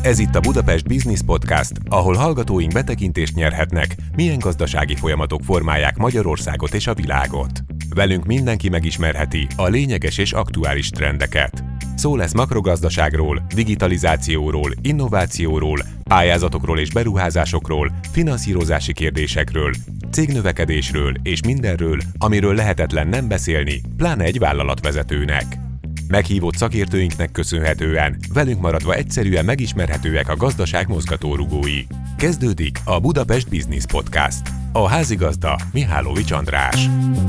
Ez itt a Budapest Business Podcast, ahol hallgatóink betekintést nyerhetnek, milyen gazdasági folyamatok formálják Magyarországot és a világot. Velünk mindenki megismerheti a lényeges és aktuális trendeket. Szó lesz makrogazdaságról, digitalizációról, innovációról, pályázatokról és beruházásokról, finanszírozási kérdésekről, cégnövekedésről és mindenről, amiről lehetetlen nem beszélni, pláne egy vállalatvezetőnek. Meghívott szakértőinknek köszönhetően velünk maradva egyszerűen megismerhetőek a gazdaság mozgatórugói. Kezdődik a Budapest Business Podcast. A házigazda Mihálovics András.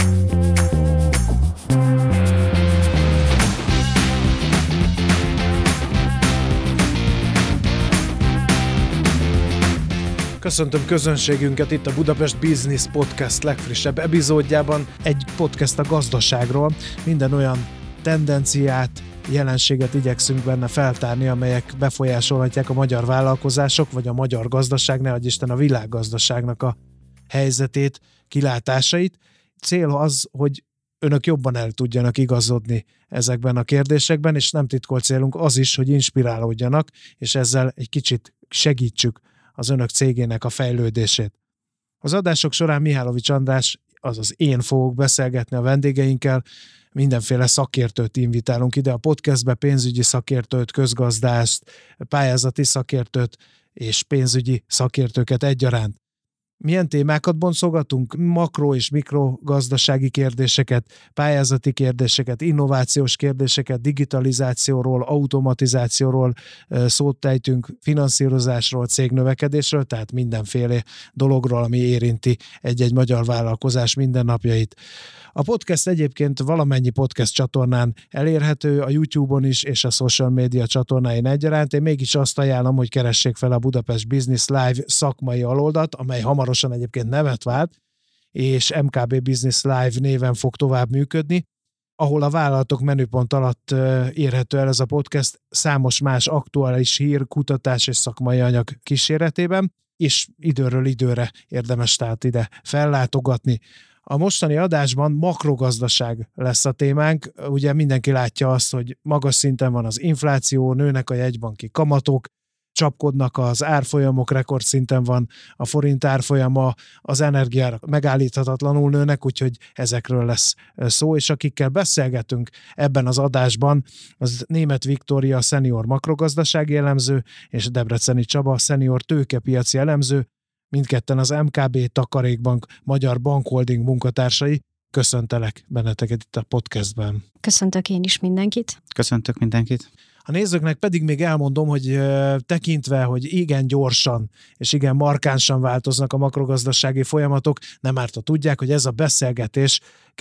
Köszöntöm közönségünket itt a Budapest Business Podcast legfrissebb epizódjában. Egy podcast a gazdaságról. Minden olyan tendenciát, jelenséget igyekszünk benne feltárni, amelyek befolyásolhatják a magyar vállalkozások, vagy a magyar gazdaság, ne adj Isten a világgazdaságnak a helyzetét, kilátásait. Cél az, hogy önök jobban el tudjanak igazodni ezekben a kérdésekben, és nem titkolt célunk az is, hogy inspirálódjanak, és ezzel egy kicsit segítsük az önök cégének a fejlődését. Az adások során Mihálovics András, azaz én fogok beszélgetni a vendégeinkkel, mindenféle szakértőt invitálunk ide a podcastbe, pénzügyi szakértőt, közgazdászt, pályázati szakértőt és pénzügyi szakértőket egyaránt. Milyen témákat boncolgatunk? Makro- és mikrogazdasági kérdéseket, pályázati kérdéseket, innovációs kérdéseket, digitalizációról, automatizációról szót ejtünk, finanszírozásról, cégnövekedésről, tehát mindenféle dologról, ami érinti egy-egy magyar vállalkozás mindennapjait. A podcast egyébként valamennyi podcast csatornán elérhető, a YouTube-on is és a social media csatornáin egyaránt. Én mégis azt ajánlom, hogy keressék fel a Budapest Business Live szakmai aloldat, amely hamarosan egyébként nevet vált, és MKB Business Live néven fog tovább működni, ahol a vállalatok menüpont alatt érhető el ez a podcast számos más aktuális hír, kutatás és szakmai anyag kíséretében, és időről időre érdemes tehát ide fellátogatni. A mostani adásban makrogazdaság lesz a témánk. Ugye mindenki látja azt, hogy magas szinten van az infláció, nőnek a jegybanki kamatok, csapkodnak az árfolyamok, rekordszinten van a forint árfolyama, az energiárak megállíthatatlanul nőnek, úgyhogy ezekről lesz szó, és akikkel beszélgetünk ebben az adásban, az Németh Viktória, szenior makrogazdasági elemző, és Debreceni Csaba, szenior tőkepiaci elemző, mindketten az MKB Takarékbank Magyar Bankholding munkatársai. Köszöntelek benneteket itt a podcastben. Köszöntök én is mindenkit. Köszöntök mindenkit. A nézőknek pedig még elmondom, hogy tekintve, hogy igen gyorsan és igen markánsan változnak a makrogazdasági folyamatok, nem árt, ha tudják, hogy ez a beszélgetés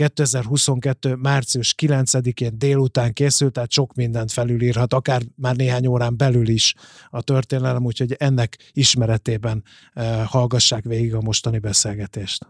2022. március 9-én délután készült, tehát sok mindent felülírhat, akár már néhány órán belül is a történelem, úgyhogy ennek ismeretében hallgassák végig a mostani beszélgetést.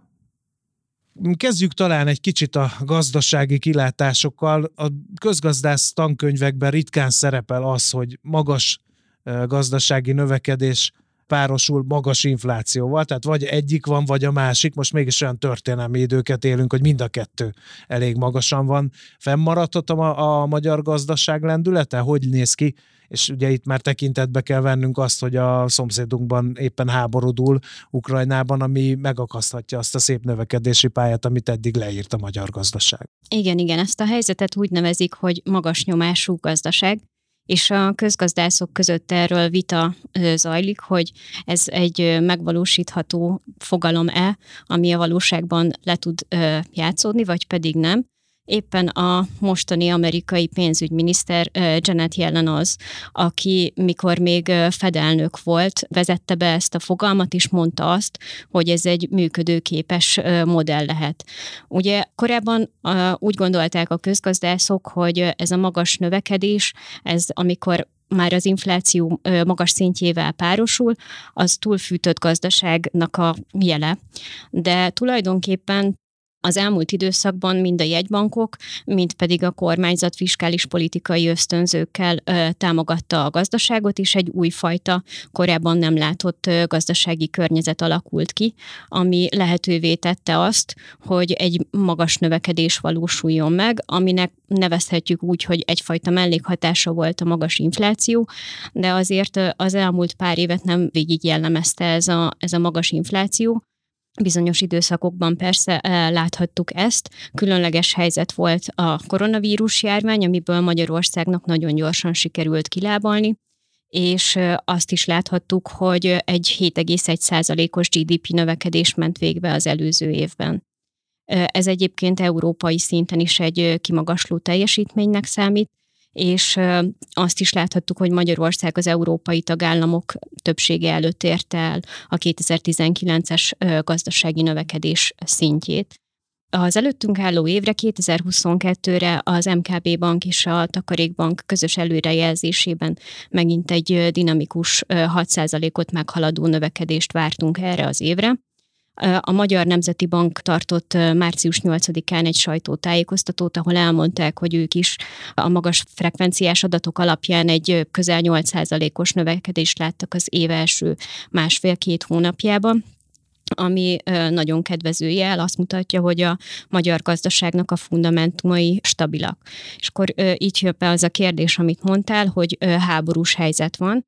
Kezdjük talán egy kicsit a gazdasági kilátásokkal. A közgazdász tankönyvekben ritkán szerepel az, hogy magas gazdasági növekedés párosul magas inflációval, tehát vagy egyik van, vagy a másik. Most mégis olyan történelmi időket élünk, hogy mind a kettő elég magasan van. Fennmaradhat a magyar gazdaság lendülete? Hogy néz ki? És ugye itt már tekintetbe kell vennünk azt, hogy a szomszédunkban éppen háborúdul Ukrajnában, ami megakaszthatja azt a szép növekedési pályát, amit eddig leírt a magyar gazdaság. Igen, ezt a helyzetet úgy nevezik, hogy magas nyomású gazdaság, és a közgazdászok között erről vita zajlik, hogy ez egy megvalósítható fogalom-e, ami a valóságban le tud játszódni, vagy pedig nem. Éppen a mostani amerikai pénzügyminiszter Janet Yellen az, aki mikor még Fed elnök volt, vezette be ezt a fogalmat, és mondta azt, hogy ez egy működőképes modell lehet. Ugye korábban úgy gondolták a közgazdászok, hogy ez a magas növekedés, ez amikor már az infláció magas szintjével párosul, az túlfűtött gazdaságnak a jele. De tulajdonképpen Az elmúlt időszakban mind a jegybankok, mind pedig a kormányzat fiskális politikai ösztönzőkkel támogatta a gazdaságot, és egy újfajta, korábban nem látott gazdasági környezet alakult ki, ami lehetővé tette azt, hogy egy magas növekedés valósuljon meg, aminek nevezhetjük úgy, hogy egyfajta mellékhatása volt a magas infláció, de azért az elmúlt pár évet nem végig jellemezte ez a magas infláció. Bizonyos időszakokban persze láthattuk ezt. Különleges helyzet volt a koronavírus járvány, amiből Magyarországnak nagyon gyorsan sikerült kilábalni, és azt is láthattuk, hogy egy 7,1%-os GDP növekedés ment végbe az előző évben. Ez egyébként európai szinten is egy kimagasló teljesítménynek számít, és azt is láthattuk, hogy Magyarország az európai tagállamok többsége előtt érte el a 2019-es gazdasági növekedés szintjét. Az előttünk álló évre, 2022-re az MKB Bank és a Takarékbank közös előrejelzésében megint egy dinamikus 6%-ot meghaladó növekedést vártunk erre az évre. A Magyar Nemzeti Bank tartott március 8-án egy sajtótájékoztatót, ahol elmondták, hogy ők is a magas frekvenciás adatok alapján egy közel 8%-os növekedést láttak az év első másfél-két hónapjában, ami nagyon kedvező jel, azt mutatja, hogy a magyar gazdaságnak a fundamentumai stabilak. És akkor így jön be az a kérdés, amit mondtál, hogy háborús helyzet van,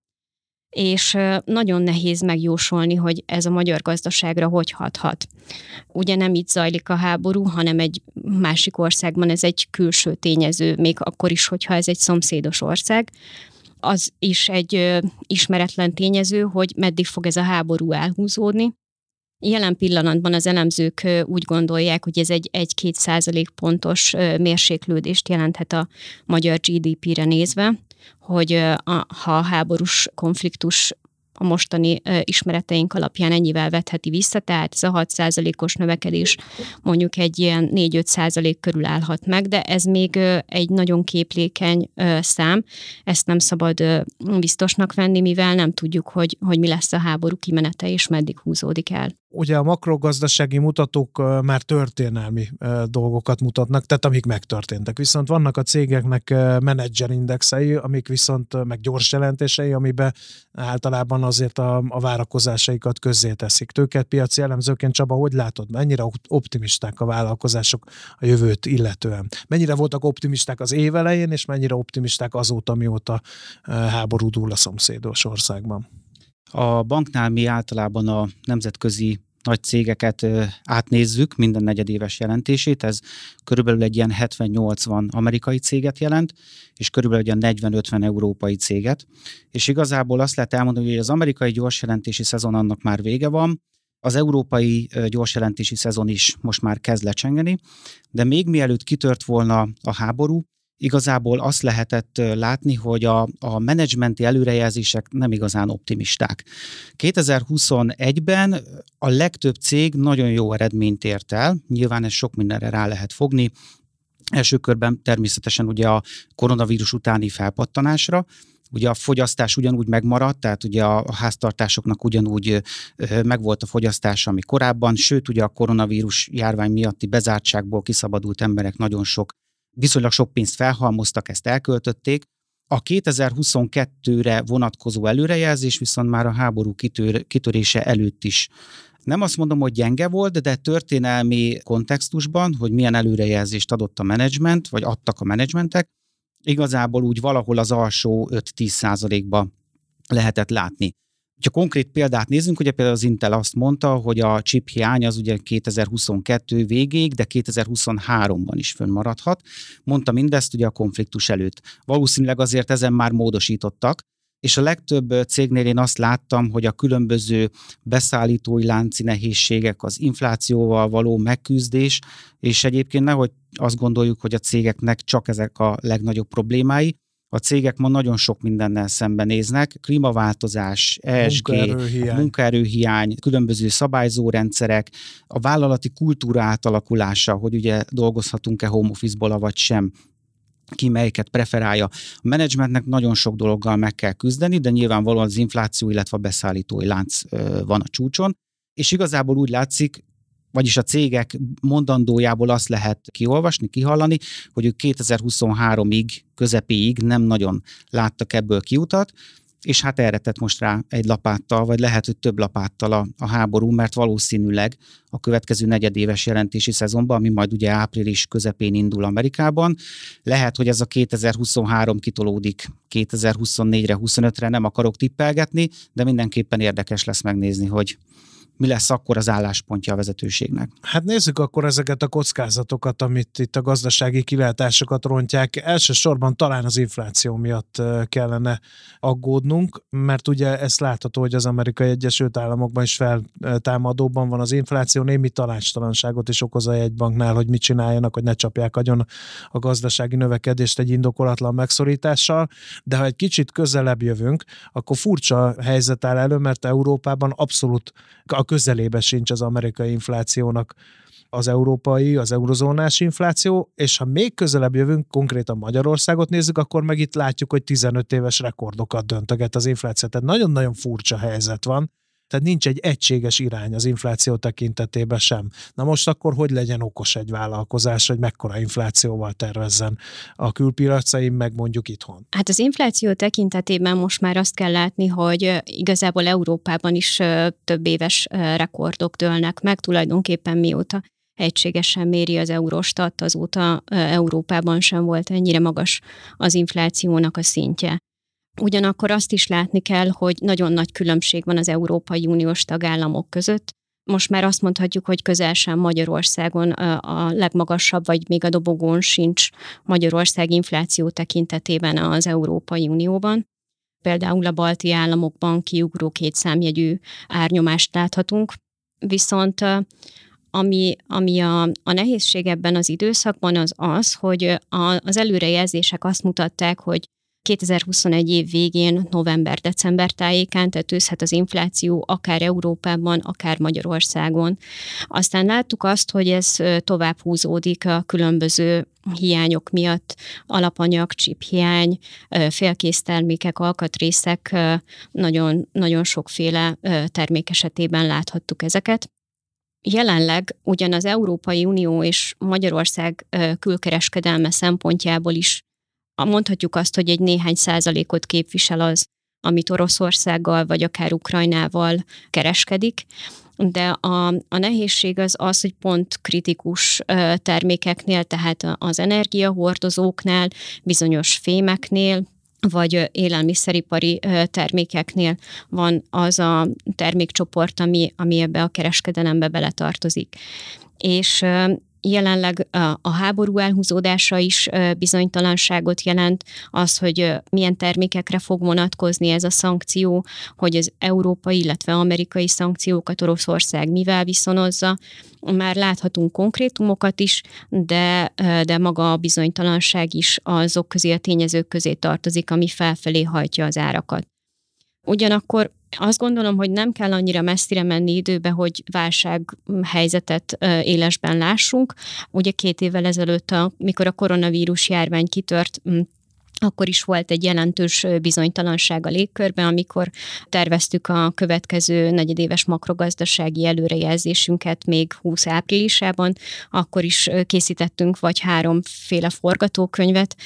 és nagyon nehéz megjósolni, hogy ez a magyar gazdaságra hogy hathat. Ugye nem itt zajlik a háború, hanem egy másik országban ez egy külső tényező, még akkor is, hogyha ez egy szomszédos ország. Az is egy ismeretlen tényező, hogy meddig fog ez a háború elhúzódni. Jelen pillanatban az elemzők úgy gondolják, hogy ez egy 1-2% pontos mérséklődést jelenthet a magyar GDP-re nézve, hogy ha a háborús konfliktus a mostani ismereteink alapján ennyivel vetheti vissza, tehát ez a 6%-os növekedés mondjuk egy ilyen 4-5% körül állhat meg, de ez még egy nagyon képlékeny szám, ezt nem szabad biztosnak venni, mivel nem tudjuk, hogy mi lesz a háború kimenete és meddig húzódik el. Ugye a makrogazdasági mutatók már történelmi dolgokat mutatnak, tehát amik megtörténtek. Viszont vannak a cégeknek menedzserindexei, amik viszont meg gyors jelentései, amiben általában azért a várakozásaikat közzéteszik. Tőkepiaci elemzőként, Csaba, hogy látod, mennyire optimisták a vállalkozások a jövőt illetően? Mennyire voltak optimisták az év elején, és mennyire optimisták azóta, mióta háború dúl a szomszédos országban? A banknál mi általában a nemzetközi nagy cégeket átnézzük, minden negyedéves jelentését, ez körülbelül egy ilyen 70-80 amerikai céget jelent, és körülbelül egy ilyen 40-50 európai céget. És igazából azt lehet elmondani, hogy az amerikai gyorsjelentési szezon annak már vége van, az európai gyorsjelentési szezon is most már kezd lecsengeni, de még mielőtt kitört volna a háború, igazából azt lehetett látni, hogy a menedzsmenti előrejelzések nem igazán optimisták. 2021-ben a legtöbb cég nagyon jó eredményt ért el, nyilván ez sok mindenre rá lehet fogni. Első körben természetesen ugye a koronavírus utáni felpattanásra, ugye a fogyasztás ugyanúgy megmaradt, tehát ugye a háztartásoknak ugyanúgy megvolt a fogyasztása, ami korábban, sőt ugye a koronavírus járvány miatti bezártságból kiszabadult emberek viszonylag sok pénzt felhalmoztak, ezt elköltötték. A 2022-re vonatkozó előrejelzés viszont már a háború kitörése előtt is. Nem azt mondom, hogy gyenge volt, de történelmi kontextusban, hogy milyen előrejelzést adott a menedzsment, vagy adtak a menedzsmentek, igazából úgy valahol az alsó 5-10%-ba lehetett látni. Ha konkrét példát nézzünk, ugye például az Intel azt mondta, hogy a chip hiány az ugye 2022 végéig, de 2023-ban is fönnmaradhat. Mondta mindezt ugye a konfliktus előtt. Valószínűleg azért ezen már módosítottak, és a legtöbb cégnél én azt láttam, hogy a különböző beszállítói lánci nehézségek, az inflációval való megküzdés, és egyébként nehogy azt gondoljuk, hogy a cégeknek csak ezek a legnagyobb problémái. A cégek ma nagyon sok mindennel szembenéznek, klímaváltozás, ESG, munkaerőhiány, különböző szabályzórendszerek, a vállalati kultúra átalakulása, hogy ugye dolgozhatunk-e home office-ból, vagy sem, ki melyiket preferálja. A menedzsmentnek nagyon sok dologgal meg kell küzdeni, de nyilvánvalóan az infláció, illetve a beszállítói lánc van a csúcson, és igazából úgy látszik, vagyis a cégek mondandójából azt lehet kiolvasni, kihallani, hogy ők 2023-ig, közepéig nem nagyon láttak ebből kiutat, és hát erre tett most rá egy lapáttal, vagy lehet, hogy több lapáttal a háború, mert valószínűleg a következő negyedéves jelentési szezonban, ami majd ugye április közepén indul Amerikában, lehet, hogy ez a 2023 kitolódik 2024-re, 25-re, nem akarok tippelgetni, de mindenképpen érdekes lesz megnézni, hogy mi lesz akkor az álláspontja a vezetőségnek. Hát nézzük akkor ezeket a kockázatokat, amit itt a gazdasági kilátásokat rontják. Elsősorban talán az infláció miatt kellene aggódnunk, mert ugye ezt látható, hogy az Amerikai Egyesült Államokban is feltámadóban van az infláció, némi tanácstalanságot is okoz a jegybanknál, hogy mit csináljanak, hogy ne csapják agyon a gazdasági növekedést egy indokolatlan megszorítással, de ha egy kicsit közelebb jövünk, akkor furcsa helyzet áll elő, mert Európában abszolút a közelébe sincs az amerikai inflációnak az európai, az eurozónás infláció, és ha még közelebb jövünk, konkrétan Magyarországot nézzük, akkor meg itt látjuk, hogy 15 éves rekordokat döntöget az infláció. Tehát nagyon-nagyon furcsa helyzet van. Tehát nincs egy egységes irány az infláció tekintetében sem. Na most akkor hogy legyen okos egy vállalkozás, hogy mekkora inflációval tervezzen a külpiacain, meg mondjuk itthon? Hát az infláció tekintetében most már azt kell látni, hogy igazából Európában is több éves rekordok dőlnek meg, tulajdonképpen mióta egységesen méri az Eurostat, azóta Európában sem volt ennyire magas az inflációnak a szintje. Ugyanakkor azt is látni kell, hogy nagyon nagy különbség van az Európai Uniós tagállamok között. Most már azt mondhatjuk, hogy közel sem Magyarországon a legmagasabb, vagy még a dobogón sincs Magyarország infláció tekintetében az Európai Unióban. Például a balti államokban kiugró 2 számjegyű árnyomást láthatunk. Viszont ami a nehézség ebben az időszakban az, hogy az előrejelzések azt mutatták, hogy 2021 év végén, november-december tájékán tetőzhet az infláció akár Európában, akár Magyarországon. Aztán láttuk azt, hogy ez tovább húzódik a különböző hiányok miatt, alapanyag, csiphiány, félkész termékek, alkatrészek, nagyon, nagyon sokféle termék esetében láthattuk ezeket. Jelenleg ugyan az Európai Unió és Magyarország külkereskedelme szempontjából is mondhatjuk azt, hogy egy néhány százalékot képvisel az, amit Oroszországgal vagy akár Ukrajnával kereskedik, de a nehézség az, hogy pont kritikus termékeknél, tehát az energiahordozóknál, bizonyos fémeknél, vagy élelmiszeripari termékeknél van az a termékcsoport, ami ebbe a kereskedelembe beletartozik. És jelenleg a háború elhúzódása is bizonytalanságot jelent, az, hogy milyen termékekre fog vonatkozni ez a szankció, hogy az európai, illetve amerikai szankciókat Oroszország mivel viszonozza. Már láthatunk konkrétumokat is, de maga a bizonytalanság is azok közé, a tényezők közé tartozik, ami felfelé hajtja az árakat. Ugyanakkor azt gondolom, hogy nem kell annyira messzire menni időbe, hogy válsághelyzetet élesben lássunk. Ugye 2 évvel ezelőtt, mikor a koronavírus járvány kitört, akkor is volt egy jelentős bizonytalanság a légkörben, amikor terveztük a következő negyedéves makrogazdasági előrejelzésünket még 20 áprilisában, akkor is készítettünk vagy 3 féle forgatókönyvet,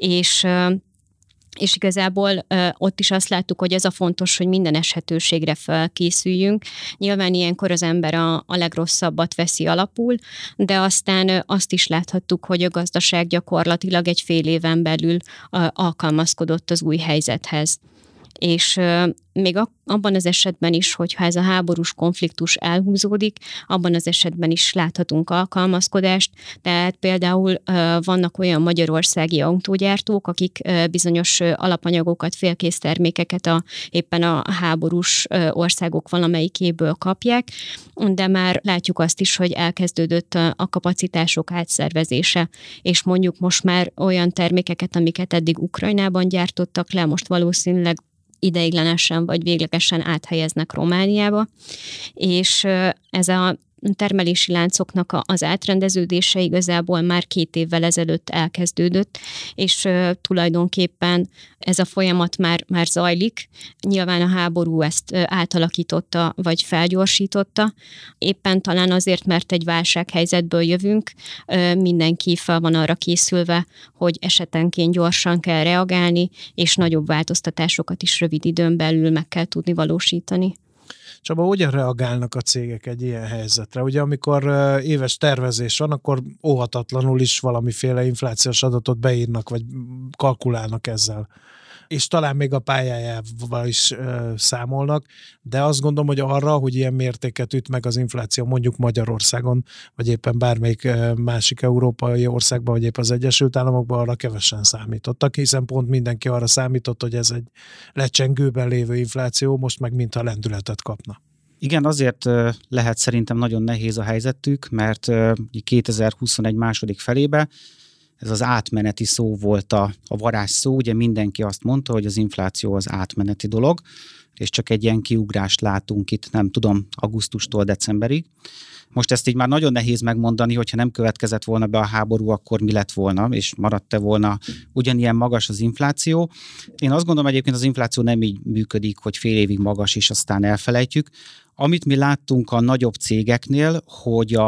és igazából ott is azt láttuk, hogy ez a fontos, hogy minden eshetőségre felkészüljünk. Nyilván ilyenkor az ember a legrosszabbat veszi alapul, de aztán azt is láthattuk, hogy a gazdaság gyakorlatilag egy fél éven belül alkalmazkodott az új helyzethez. És még abban az esetben is, hogyha ez a háborús konfliktus elhúzódik, abban az esetben is láthatunk alkalmazkodást, tehát például vannak olyan magyarországi autógyártók, akik bizonyos alapanyagokat, félkész termékeket éppen a háborús országok valamelyikéből kapják, de már látjuk azt is, hogy elkezdődött a kapacitások átszervezése, és mondjuk most már olyan termékeket, amiket eddig Ukrajnában gyártottak le, most valószínűleg ideiglenesen vagy véglegesen áthelyeznek Romániába, és ez a termelési láncoknak az átrendeződése igazából már 2 évvel ezelőtt elkezdődött, és tulajdonképpen ez a folyamat már zajlik. Nyilván a háború ezt átalakította, vagy felgyorsította. Éppen talán azért, mert egy válsághelyzetből jövünk, mindenki fel van arra készülve, hogy esetenként gyorsan kell reagálni, és nagyobb változtatásokat is rövid időn belül meg kell tudni valósítani. Csaba, hogyan reagálnak a cégek egy ilyen helyzetre? Ugye amikor éves tervezés van, akkor óhatatlanul is valamiféle inflációs adatot beírnak, vagy kalkulálnak ezzel. És talán még a pályájával is számolnak, de azt gondolom, hogy arra, hogy ilyen mértéket üt meg az infláció mondjuk Magyarországon, vagy éppen bármelyik másik európai országban, vagy épp az Egyesült Államokban, arra kevesen számítottak, hiszen pont mindenki arra számított, hogy ez egy lecsengőben lévő infláció, most meg mintha lendületet kapna. Igen, azért lehet szerintem nagyon nehéz a helyzetük, mert 2021 második felébe ez az átmeneti szó volt a varázsszó, ugye mindenki azt mondta, hogy az infláció az átmeneti dolog, és csak egy ilyen kiugrást látunk itt, nem tudom, augusztustól decemberig. Most ezt így már nagyon nehéz megmondani, hogyha nem következett volna be a háború, akkor mi lett volna, és maradt-e volna ugyanilyen magas az infláció. Én azt gondolom egyébként az infláció nem így működik, hogy fél évig magas, és aztán elfelejtjük. Amit mi láttunk a nagyobb cégeknél, hogy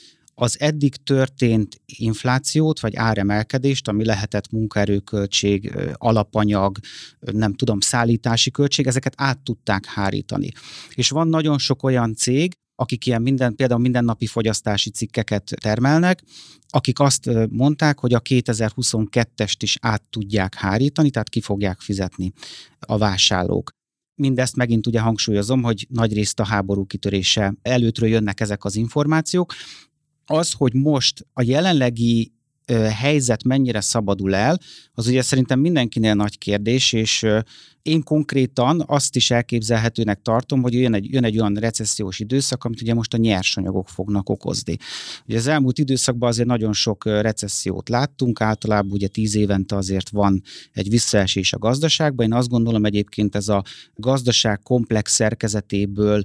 az eddig történt inflációt, vagy áremelkedést, ami lehetett munkaerőköltség, alapanyag, nem tudom, szállítási költség, ezeket át tudták hárítani. És van nagyon sok olyan cég, akik például mindennapi fogyasztási cikkeket termelnek, akik azt mondták, hogy a 2022-est is át tudják hárítani, tehát ki fogják fizetni a vásárlók. Mindezt megint ugye hangsúlyozom, hogy nagyrészt a háború kitörése előttről jönnek ezek az információk. Az, hogy most a jelenlegi helyzet mennyire szabadul el, az ugye szerintem mindenkinél nagy kérdés, és én konkrétan azt is elképzelhetőnek tartom, hogy jön egy olyan recessziós időszak, amit ugye most a nyersanyagok fognak okozni. Ugye az elmúlt időszakban azért nagyon sok recessziót láttunk, általában ugye 10 évente azért van egy visszaesés a gazdaságban. Én azt gondolom egyébként ez a gazdaság komplex szerkezetéből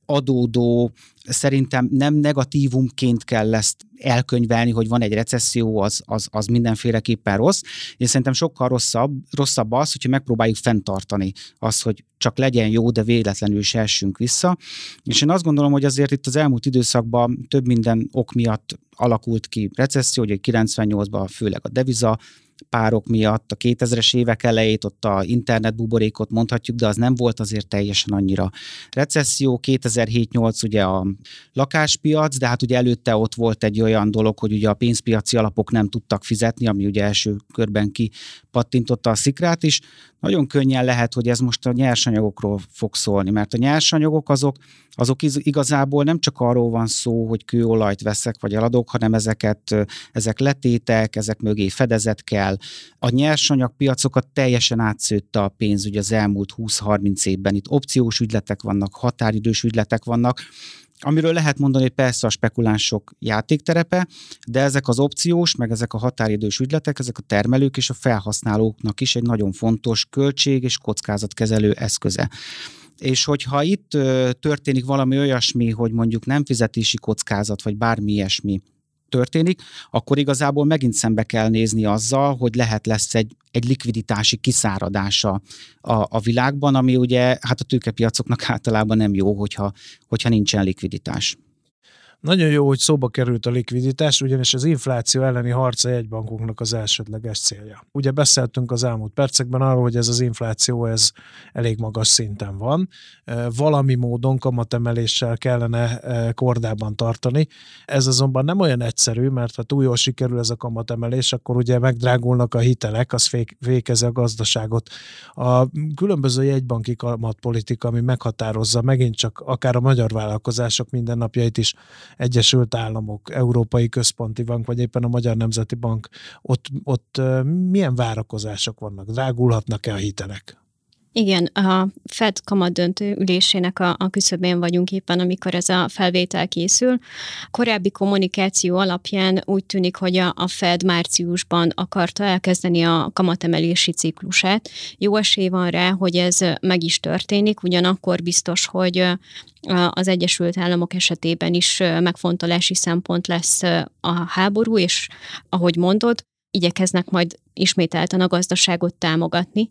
adódó, szerintem nem negatívumként kell ezt elkönyvelni, hogy van egy recesszió, az mindenféleképpen rossz. Én szerintem sokkal rosszabb az, hogyha megpróbáljuk fenntartani azt, hogy csak legyen jó, de véletlenül se essünk vissza. És én azt gondolom, hogy azért itt az elmúlt időszakban több minden ok miatt alakult ki recesszió, hogy 98-ban főleg a deviza párok miatt, a 2000-es évek elejét, ott a internetbuborékot mondhatjuk, de az nem volt azért teljesen annyira recesszió. 2007-8 ugye a lakáspiac, de hát ugye előtte ott volt egy olyan dolog, hogy ugye a pénzpiaci alapok nem tudtak fizetni, ami ugye első körben kipattintotta a szikrát is. Nagyon könnyen lehet, hogy ez most a nyersanyagokról fog szólni, mert a nyersanyagok azok igazából nem csak arról van szó, hogy kőolajt veszek vagy eladok, hanem ezek letétek, ezek mögé fedezet kell. A nyersanyagpiacokat teljesen átszőtte a pénzügy az elmúlt 20-30 évben. Itt opciós ügyletek vannak, határidős ügyletek vannak, amiről lehet mondani, hogy persze a spekulánsok játékterepe, de ezek az opciós, meg ezek a határidős ügyletek, ezek a termelők és a felhasználóknak is egy nagyon fontos költség és kockázatkezelő eszköze. És hogyha itt történik valami olyasmi, hogy mondjuk nem fizetési kockázat, vagy bármi ilyesmi történik, akkor igazából megint szembe kell nézni azzal, hogy lesz egy likviditási kiszáradása a világban, ami ugye hát a tőkepiacoknak általában nem jó, hogyha nincsen likviditás. Nagyon jó, hogy szóba került a likviditás, ugyanis az infláció elleni harc a jegybankunknak az elsődleges célja. Ugye beszéltünk az elmúlt percekben arról, hogy ez az infláció ez elég magas szinten van. Valami módon kamatemeléssel kellene kordában tartani. Ez azonban nem olyan egyszerű, mert ha túl jól sikerül ez a kamatemelés, akkor ugye megdrágulnak a hitelek, az fékezi a gazdaságot. A különböző jegybanki kamatpolitika, ami meghatározza megint csak akár a magyar vállalkozások mindennapjait is, Egyesült Államok, Európai Központi Bank, vagy éppen a Magyar Nemzeti Bank, ott milyen várakozások vannak? Drágulhatnak-e a hitelek? Igen, a Fed kamatdöntő ülésének a küszöbén vagyunk éppen, amikor ez a felvétel készül. Korábbi kommunikáció alapján úgy tűnik, hogy a Fed márciusban akarta elkezdeni a kamatemelési ciklusát. Jó esély van rá, hogy ez meg is történik, ugyanakkor biztos, hogy az Egyesült Államok esetében is megfontolási szempont lesz a háború, és ahogy mondod, igyekeznek majd ismételten a gazdaságot támogatni,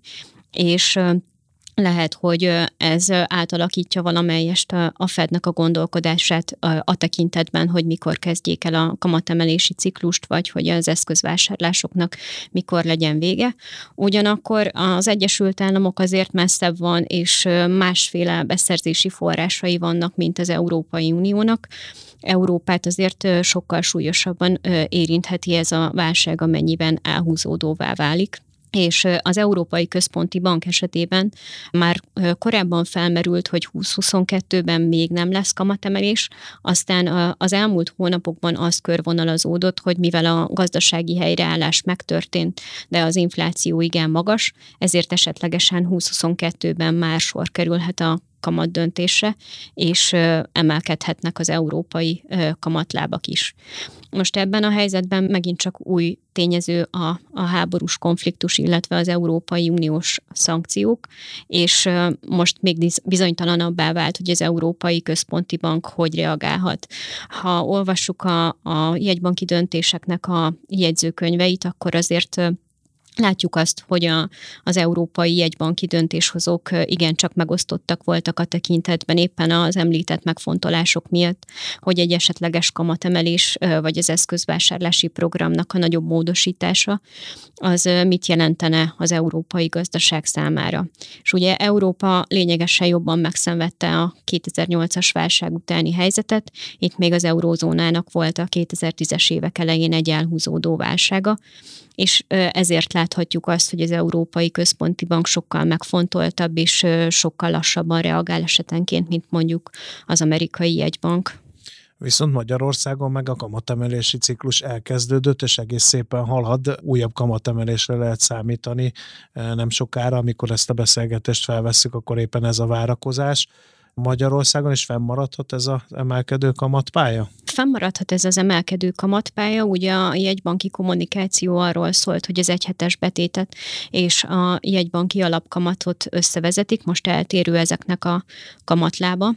és lehet, hogy ez átalakítja valamelyest a Fednek a gondolkodását a tekintetben, hogy mikor kezdjék el a kamatemelési ciklust, vagy hogy az eszközvásárlásoknak mikor legyen vége. Ugyanakkor az Egyesült Államok azért messzebb van, és másféle beszerzési forrásai vannak, mint az Európai Uniónak. Európát azért sokkal súlyosabban érintheti ez a válság, amennyiben elhúzódóvá válik. És az Európai Központi Bank esetében már korábban felmerült, hogy 2022-ben még nem lesz kamatemelés, aztán az elmúlt hónapokban az körvonalazódott, hogy mivel a gazdasági helyreállás megtörtént, de az infláció igen magas, ezért esetlegesen 2022-ben már sor kerülhet a kamatdöntésre, és emelkedhetnek az európai kamatlábak is. Most ebben a helyzetben megint csak új tényező a háborús konfliktus, illetve az Európai Uniós szankciók, és most még bizonytalanabbá vált, hogy az Európai Központi Bank hogy reagálhat. Ha olvassuk a jegybanki döntéseknek a jegyzőkönyveit, akkor azért látjuk azt, hogy az európai jegybanki döntéshozók igencsak megosztottak voltak a tekintetben éppen az említett megfontolások miatt, hogy egy esetleges kamatemelés vagy az eszközvásárlási programnak a nagyobb módosítása az mit jelentene az európai gazdaság számára. És ugye Európa lényegesen jobban megszenvedte a 2008-as válság utáni helyzetet, itt még az eurózónának volt a 2010-es évek elején egy elhúzódó válsága, és ezért láthatjuk azt, hogy az Európai Központi Bank sokkal megfontoltabb és sokkal lassabban reagál esetenként, mint mondjuk az amerikai jegybank. Viszont Magyarországon meg a kamatemelési ciklus elkezdődött, és egész szépen halad, újabb kamatemelésre lehet számítani nem sokára, amikor ezt a beszélgetést felvesszük, akkor éppen ez a várakozás. Magyarországon is fennmaradhat ez az emelkedő kamatpálya? Fennmaradhat ez az emelkedő kamatpálya, ugye a jegybanki kommunikáció arról szólt, hogy az egyhetes betétet és a jegybanki alapkamatot összevezetik, most eltérő ezeknek a kamatlába.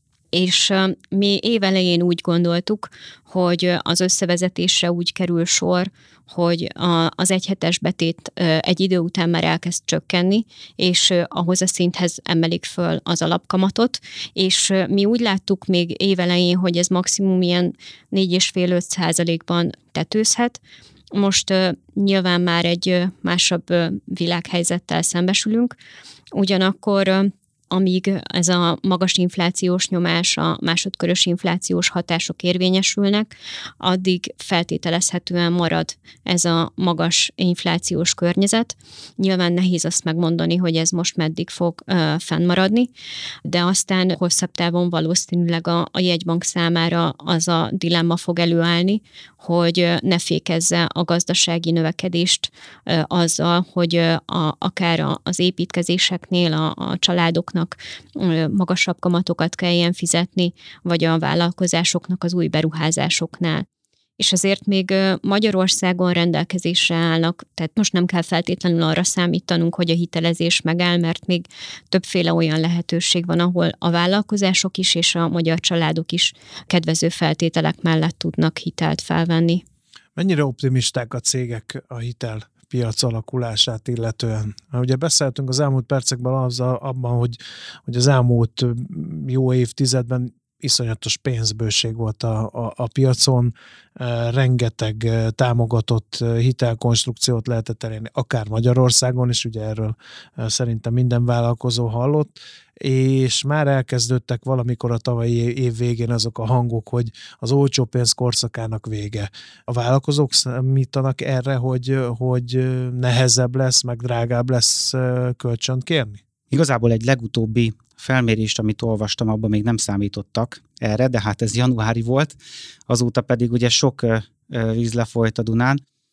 És mi évelején úgy gondoltuk, hogy az összevezetésre úgy kerül sor, hogy az egyhetes betét egy idő után már elkezd csökkenni, és ahhoz a szinthez emelik föl az alapkamatot, és mi úgy láttuk még évelején, hogy ez maximum ilyen 4,5-5%-ban tetőzhet. Most nyilván már egy másabb világhelyzettel szembesülünk, ugyanakkor amíg ez a magas inflációs nyomás, a másodkörös inflációs hatások érvényesülnek, addig feltételezhetően marad ez a magas inflációs környezet. Nyilván nehéz azt megmondani, hogy ez most meddig fog fennmaradni, de aztán hosszabb távon valószínűleg a jegybank számára az a dilemma fog előállni, hogy ne fékezze a gazdasági növekedést azzal, hogy akár az építkezéseknél a családoknak magasabb kamatokat kelljen fizetni, vagy a vállalkozásoknak az új beruházásoknál. És azért még Magyarországon rendelkezésre állnak, tehát most nem kell feltétlenül arra számítanunk, hogy a hitelezés megáll, mert még többféle olyan lehetőség van, ahol a vállalkozások is és a magyar családok is kedvező feltételek mellett tudnak hitelt felvenni. Mennyire optimisták a cégek a hitelpiac alakulását illetően? Ugye beszéltünk az elmúlt percekben abban, hogy az elmúlt jó évtizedben iszonyatos pénzbőség volt a piacon, rengeteg támogatott hitelkonstrukciót lehetett elérni, akár Magyarországon is, ugye erről szerintem minden vállalkozó hallott, és már elkezdődtek valamikor a tavalyi év végén azok a hangok, hogy az olcsó pénz korszakának vége. A vállalkozók számítanak erre, hogy nehezebb lesz, meg drágább lesz kölcsönt kérni? Igazából egy legutóbbi felmérést, amit olvastam, abban még nem számítottak erre, de hát ez januári volt, azóta pedig ugye sok víz lefolyt a Dunán.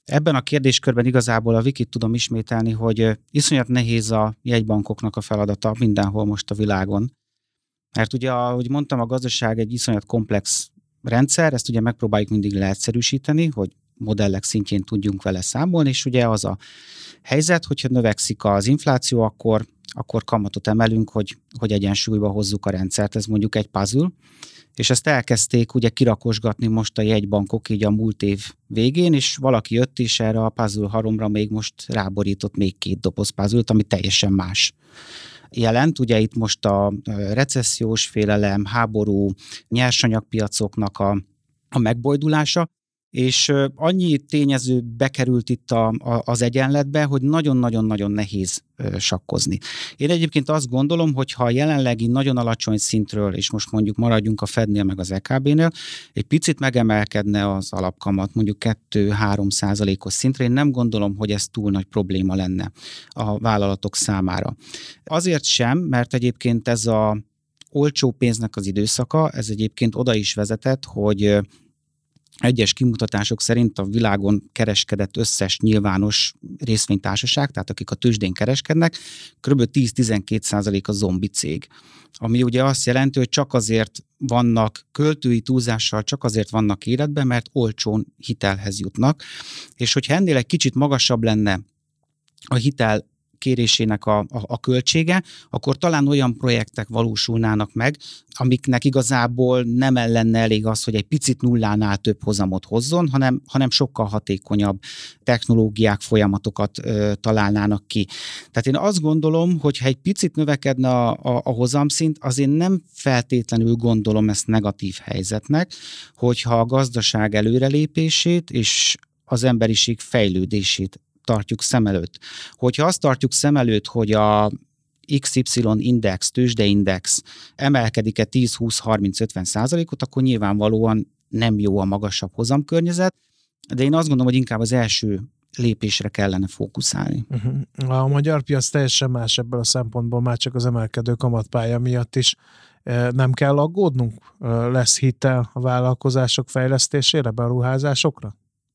Ebben a kérdéskörben igazából a Wikit tudom ismételni, hogy iszonyat nehéz a jegybankoknak a feladata mindenhol most a világon. Mert ugye, ahogy mondtam, a gazdaság egy iszonyat komplex rendszer, ezt ugye megpróbáljuk mindig leegyszerűsíteni, hogy modellek szintjén tudjunk vele számolni, és ugye az a helyzet, hogyha növekszik az infláció, akkor kamatot emelünk, hogy egyensúlyba hozzuk a rendszert. Ez mondjuk egy puzzle, és ezt elkezdték ugye kirakosgatni most a jegybankok így a múlt év végén, és valaki jött és erre a puzzle halomra még most ráborított még 2 doboz puzzle-t, ami teljesen más jelent. Ugye itt most a recessziós félelem, háború, nyersanyagpiacoknak a megbojdulása, és annyi tényező bekerült itt az egyenletbe, hogy nagyon-nagyon-nagyon nehéz sakkozni. Én egyébként azt gondolom, hogy ha a jelenlegi nagyon alacsony szintről, és most mondjuk maradjunk a Fednél meg az EKB-nél, egy picit megemelkedne az alapkamat, mondjuk 2-3% szintre, én nem gondolom, hogy ez túl nagy probléma lenne a vállalatok számára. Azért sem, mert egyébként ez az olcsó pénznek az időszaka, ez egyébként oda is vezetett, hogy egyes kimutatások szerint a világon kereskedett összes nyilvános részvénytársaság, tehát akik a tőzsdén kereskednek, kb. 10-12% a zombi cég. Ami ugye azt jelenti, hogy csak azért vannak költői túlzással, csak azért vannak életben, mert olcsón hitelhez jutnak. És hogyha ennél egy kicsit magasabb lenne a hitel kérésének a költsége, akkor talán olyan projektek valósulnának meg, amiknek igazából nem lenne elég az, hogy egy picit nullánál több hozamot hozzon, hanem sokkal hatékonyabb technológiák, folyamatokat találnának ki. Tehát én azt gondolom, hogy ha egy picit növekedne a hozamszint, azért nem feltétlenül gondolom ezt negatív helyzetnek, hogyha a gazdaság előrelépését és az emberiség fejlődését tartjuk szem előtt. Hogyha azt tartjuk szem előtt, hogy a XY index, tőzsdeindex emelkedik-e 10-20-30-50%-ot, akkor nyilvánvalóan nem jó a magasabb hozamkörnyezet, de én azt gondolom, hogy inkább az első lépésre kellene fókuszálni. A magyar piac teljesen más ebből a szempontból, már csak az emelkedő kamatpálya miatt is. Nem kell aggódnunk? Lesz hitel a vállalkozások fejlesztésére, beruházásokra?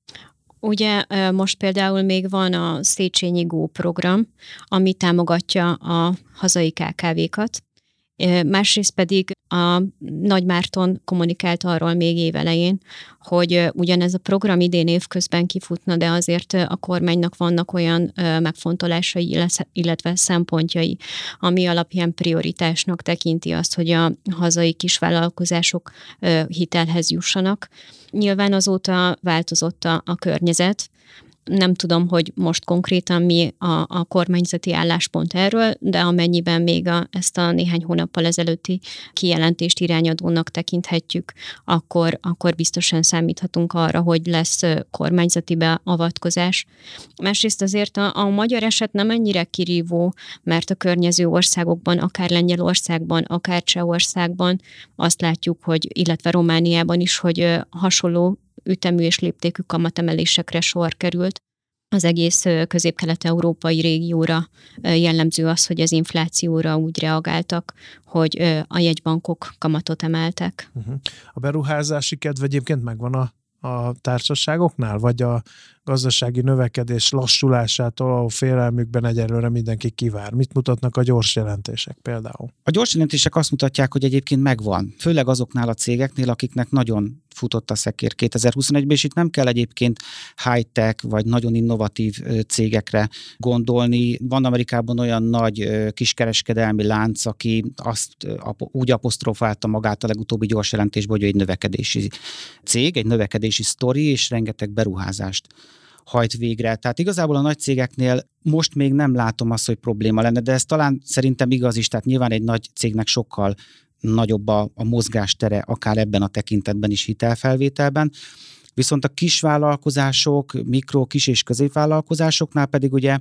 Ugye most például még van a Széchenyi Go program, ami támogatja a hazai KKV-kat. Másrészt pedig a Nagy Márton kommunikált arról még évelején, hogy ugyanez a program idén évközben kifutna, de azért a kormánynak vannak olyan megfontolásai, illetve szempontjai, ami alapján prioritásnak tekinti azt, hogy a hazai kisvállalkozások hitelhez jussanak. Nyilván azóta változott a környezet. Nem tudom, hogy most konkrétan mi a kormányzati álláspont erről, de amennyiben még ezt a néhány hónappal ezelőtti kijelentést irányadónak tekinthetjük, akkor biztosan számíthatunk arra, hogy lesz kormányzati beavatkozás. Másrészt azért a magyar eset nem ennyire kirívó, mert a környező országokban, akár Lengyelországban, akár Csehországban azt látjuk, illetve Romániában is, hogy hasonló ütemű és léptékű kamatemelésekre sor került. Az egész közép-kelet-európai régióra jellemző az, hogy az inflációra úgy reagáltak, hogy a jegybankok kamatot emeltek. A beruházási kedv egyébként megvan a társaságoknál, vagy a gazdasági növekedés lassulásától a félelmükben egyelőre mindenki kivár? Mit mutatnak a gyors jelentések például? A gyors jelentések azt mutatják, hogy egyébként megvan. Főleg azoknál a cégeknél, akiknek nagyon futott a szekér 2021-ben, és itt nem kell egyébként high-tech vagy nagyon innovatív cégekre gondolni. Van Amerikában olyan nagy kiskereskedelmi lánc, aki azt úgy apostrofálta magát a legutóbbi gyors jelentésben, hogy egy növekedési cég, egy növekedési sztori, és rengeteg beruházást hajt végre. Tehát igazából a nagy cégeknél most még nem látom azt, hogy probléma lenne, de ez talán szerintem igaz is, tehát nyilván egy nagy cégnek sokkal nagyobb a mozgástere, akár ebben a tekintetben is hitelfelvételben. Viszont a kisvállalkozások, kis és középvállalkozásoknál pedig ugye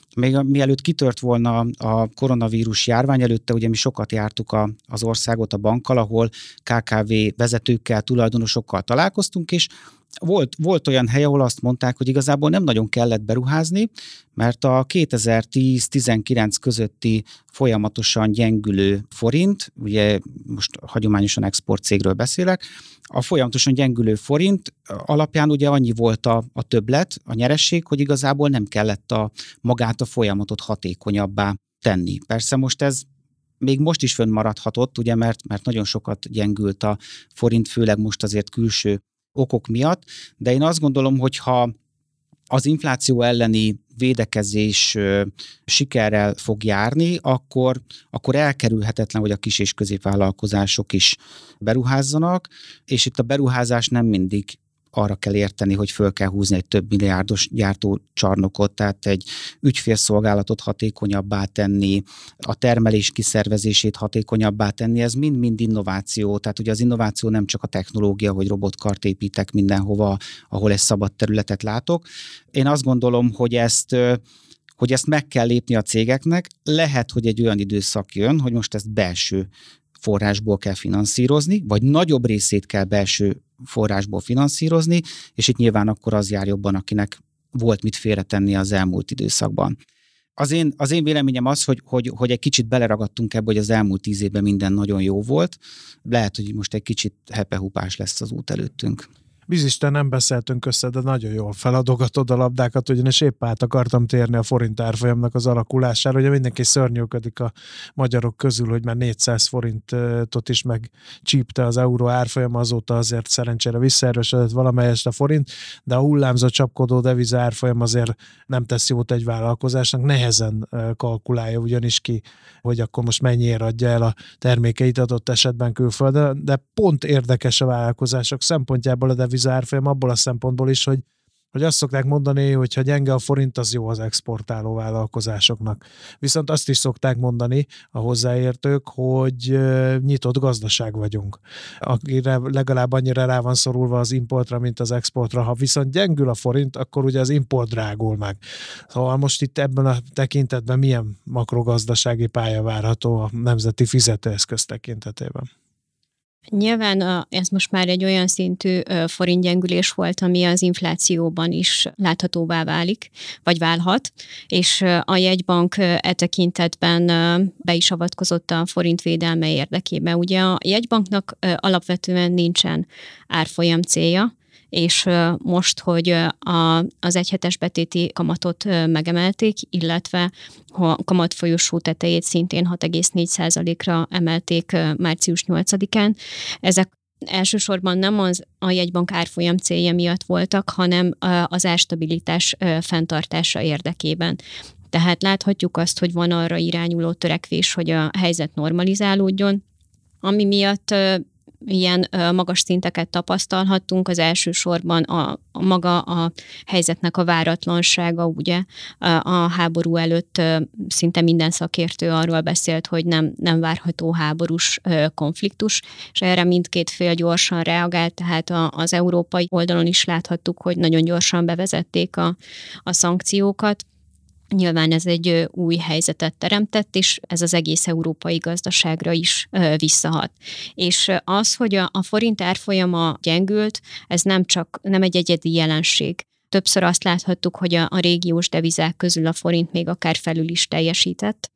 Még mielőtt kitört volna a koronavírus járvány, előtte ugye mi sokat jártuk az országot a bankkal, ahol KKV vezetőkkel, tulajdonosokkal találkoztunk, és volt olyan hely, ahol azt mondták, hogy igazából nem nagyon kellett beruházni, mert a 2010-19 közötti folyamatosan gyengülő forint, ugye most hagyományosan exportcégről beszélek, a folyamatosan gyengülő forint alapján ugye annyi volt a többlet, a nyeresség, hogy igazából nem kellett magát a folyamatot hatékonyabbá tenni. Persze most ez még most is fönnmaradhatott, ugye, mert nagyon sokat gyengült a forint, főleg most azért külső okok miatt, de én azt gondolom, hogy ha az infláció elleni védekezés sikerrel fog járni, akkor elkerülhetetlen, hogy a kis- és középvállalkozások is beruházzanak, és itt a beruházás nem mindig arra kell érteni, hogy föl kell húzni egy több milliárdos gyártócsarnokot, tehát egy ügyfélszolgálatot hatékonyabbá tenni, a termelés kiszervezését hatékonyabbá tenni, ez mind-mind innováció. Tehát ugye az innováció nem csak a technológia, hogy robotkart építek mindenhova, ahol egy szabad területet látok. Én azt gondolom, hogy ezt meg kell lépni a cégeknek. Lehet, hogy egy olyan időszak jön, hogy most ezt belső forrásból kell finanszírozni, vagy nagyobb részét kell belső forrásból finanszírozni, és itt nyilván akkor az jár jobban, akinek volt mit félretenni az elmúlt időszakban. Az én véleményem az, hogy egy kicsit beleragadtunk ebbe, hogy az elmúlt 10 évben minden nagyon jó volt. Lehet, hogy most egy kicsit hepehupás lesz az út előttünk. Bizisten nem beszéltünk össze, de nagyon jól feladogatod a labdákat, ugyanis épp át akartam térni a forint árfolyamnak az alakulására. Ugye mindenki szörnyűködik a magyarok közül, hogy már 400 forintot is megcsípte az euró árfolyam, azóta azért szerencsére visszaerősödött valamelyest a forint, de a hullámzó csapkodó deviza árfolyam azért nem tesz jót egy vállalkozásnak, nehezen kalkulálja ugyanis ki, hogy akkor most mennyiért adja el a termékeit adott esetben külföldön, de pont érdekes a vállalkozások szempontjából a deviza árfolyam abból a szempontból is, hogy azt szokták mondani, hogy ha gyenge a forint, az jó az exportáló vállalkozásoknak. Viszont azt is szokták mondani a hozzáértők, hogy nyitott gazdaság vagyunk, akire legalább annyira rá van szorulva az importra, mint az exportra. Ha viszont gyengül a forint, akkor ugye az import drágul meg. Szóval most itt ebben a tekintetben milyen makrogazdasági pálya várható a nemzeti fizetőeszköz tekintetében? Nyilván ez most már egy olyan szintű forintgyengülés volt, ami az inflációban is láthatóvá válik, vagy válhat, és a jegybank tekintetben be is avatkozott a forint védelme érdekében. Ugye a jegybanknak alapvetően nincsen árfolyam célja, és most, hogy az egyhetes betéti kamatot megemelték, illetve a kamatfolyosó tetejét szintén 6,4%-ra emelték március 8-án. Ezek elsősorban nem a jegybank árfolyam célja miatt voltak, hanem az árstabilitás fenntartása érdekében. Tehát láthatjuk azt, hogy van arra irányuló törekvés, hogy a helyzet normalizálódjon, ami miatt ilyen magas szinteket tapasztalhattunk, az elsősorban maga a helyzetnek a váratlansága, ugye a háború előtt szinte minden szakértő arról beszélt, hogy nem várható háborús konfliktus, és erre mindkét fél gyorsan reagált, tehát az európai oldalon is láthattuk, hogy nagyon gyorsan bevezették a szankciókat. Nyilván ez egy új helyzetet teremtett, és ez az egész európai gazdaságra is visszahat. És az, hogy a forint árfolyama gyengült, ez nem egy egyedi jelenség. Többször azt láthattuk, hogy a régiós devizák közül a forint még akár felül is teljesített.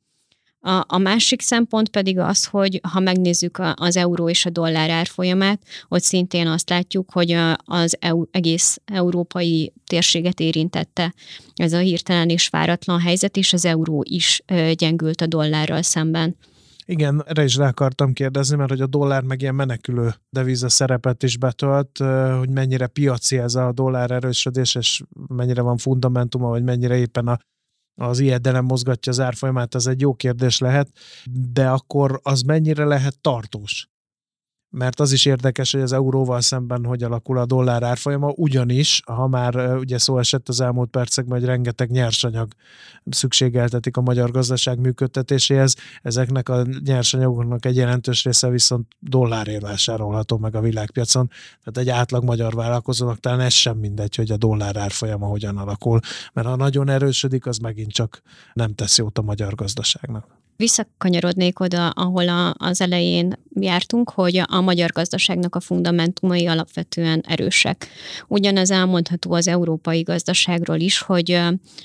A másik szempont pedig az, hogy ha megnézzük az euró és a dollár árfolyamát, ott szintén azt látjuk, hogy az egész európai térséget érintette ez a hirtelen és váratlan helyzet, és az euró is gyengült a dollárral szemben. Igen, erre is rá akartam kérdezni, mert hogy a dollár meg ilyen menekülő deviza szerepet is betölt, hogy mennyire piaci ez a dollár erősödés, és mennyire van fundamentuma, vagy mennyire éppen az ijedelem mozgatja az árfolyamát, ez egy jó kérdés lehet, de akkor az mennyire lehet tartós? mert az is érdekes, hogy az euróval szemben hogy alakul a dollár árfolyama, ugyanis, ha már ugye szó esett az elmúlt percekben, hogy rengeteg nyersanyag szükségeltetik a magyar gazdaság működtetéséhez, ezeknek a nyersanyagoknak egy jelentős része viszont dollárért vásárolható meg a világpiacon, tehát egy átlag magyar vállalkozónak talán ez sem mindegy, hogy a dollár árfolyama hogyan alakul, mert ha nagyon erősödik, az megint csak nem tesz jót a magyar gazdaságnak. Visszakanyarodnék oda, ahol az elején jártunk, hogy a magyar gazdaságnak a fundamentumai alapvetően erősek. Ugyanez elmondható az európai gazdaságról is, hogy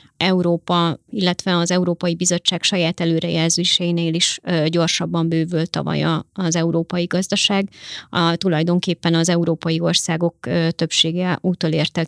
Európa, illetve az Európai Bizottság saját előrejelzéseinél is gyorsabban bővült tavaly az európai gazdaság. Tulajdonképpen az európai országok többsége utolérte a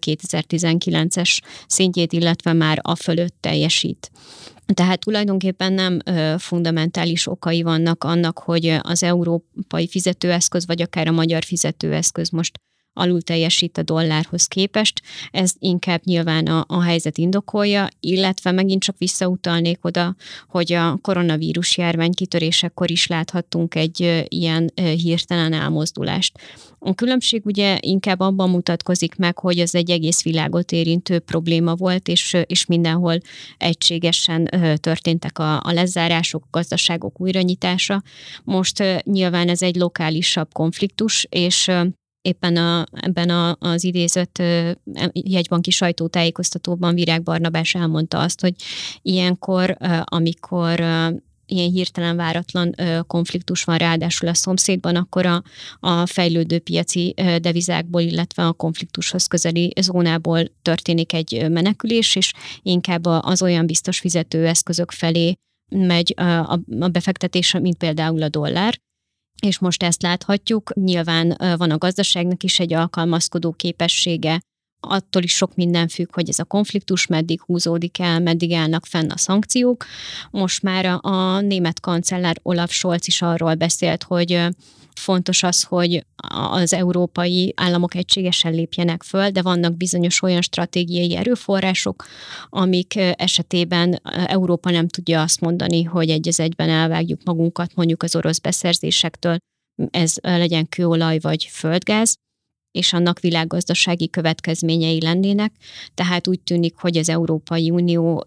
2019-es szintjét, illetve már a fölött teljesít. Tehát tulajdonképpen nem fundamentális okai vannak annak, hogy az európai fizetőeszköz, vagy akár a magyar fizetőeszköz most alul teljesít a dollárhoz képest. Ez inkább nyilván a helyzet indokolja, illetve megint csak visszautalnék oda, hogy a koronavírus járvány kitörésekor is láthattunk egy ilyen hirtelen elmozdulást. A különbség ugye inkább abban mutatkozik meg, hogy ez egy egész világot érintő probléma volt, és mindenhol egységesen történtek a lezárások, a gazdaságok újranyitása. Most nyilván ez egy lokálisabb konfliktus, és éppen ebben az idézett jegybanki sajtótájékoztatóban Virág Barnabás elmondta azt, hogy ilyenkor, amikor ilyen hirtelen váratlan konfliktus van ráadásul a szomszédban, akkor a fejlődő piaci devizákból, illetve a konfliktushoz közeli zónából történik egy menekülés, és inkább az olyan biztos fizetőeszközök felé megy a befektetés, mint például a dollár. És most ezt láthatjuk, nyilván van a gazdaságnak is egy alkalmazkodó képessége, attól is sok minden függ, hogy ez a konfliktus meddig húzódik el, meddig állnak fenn a szankciók. Most már a német kancellár Olaf Scholz is arról beszélt, hogy fontos az, hogy az európai államok egységesen lépjenek föl, de vannak bizonyos olyan stratégiai erőforrások, amik esetében Európa nem tudja azt mondani, hogy egy az egyben elvágjuk magunkat mondjuk az orosz beszerzésektől, ez legyen kőolaj vagy földgáz, és annak világgazdasági következményei lennének. Tehát úgy tűnik, hogy az Európai Unió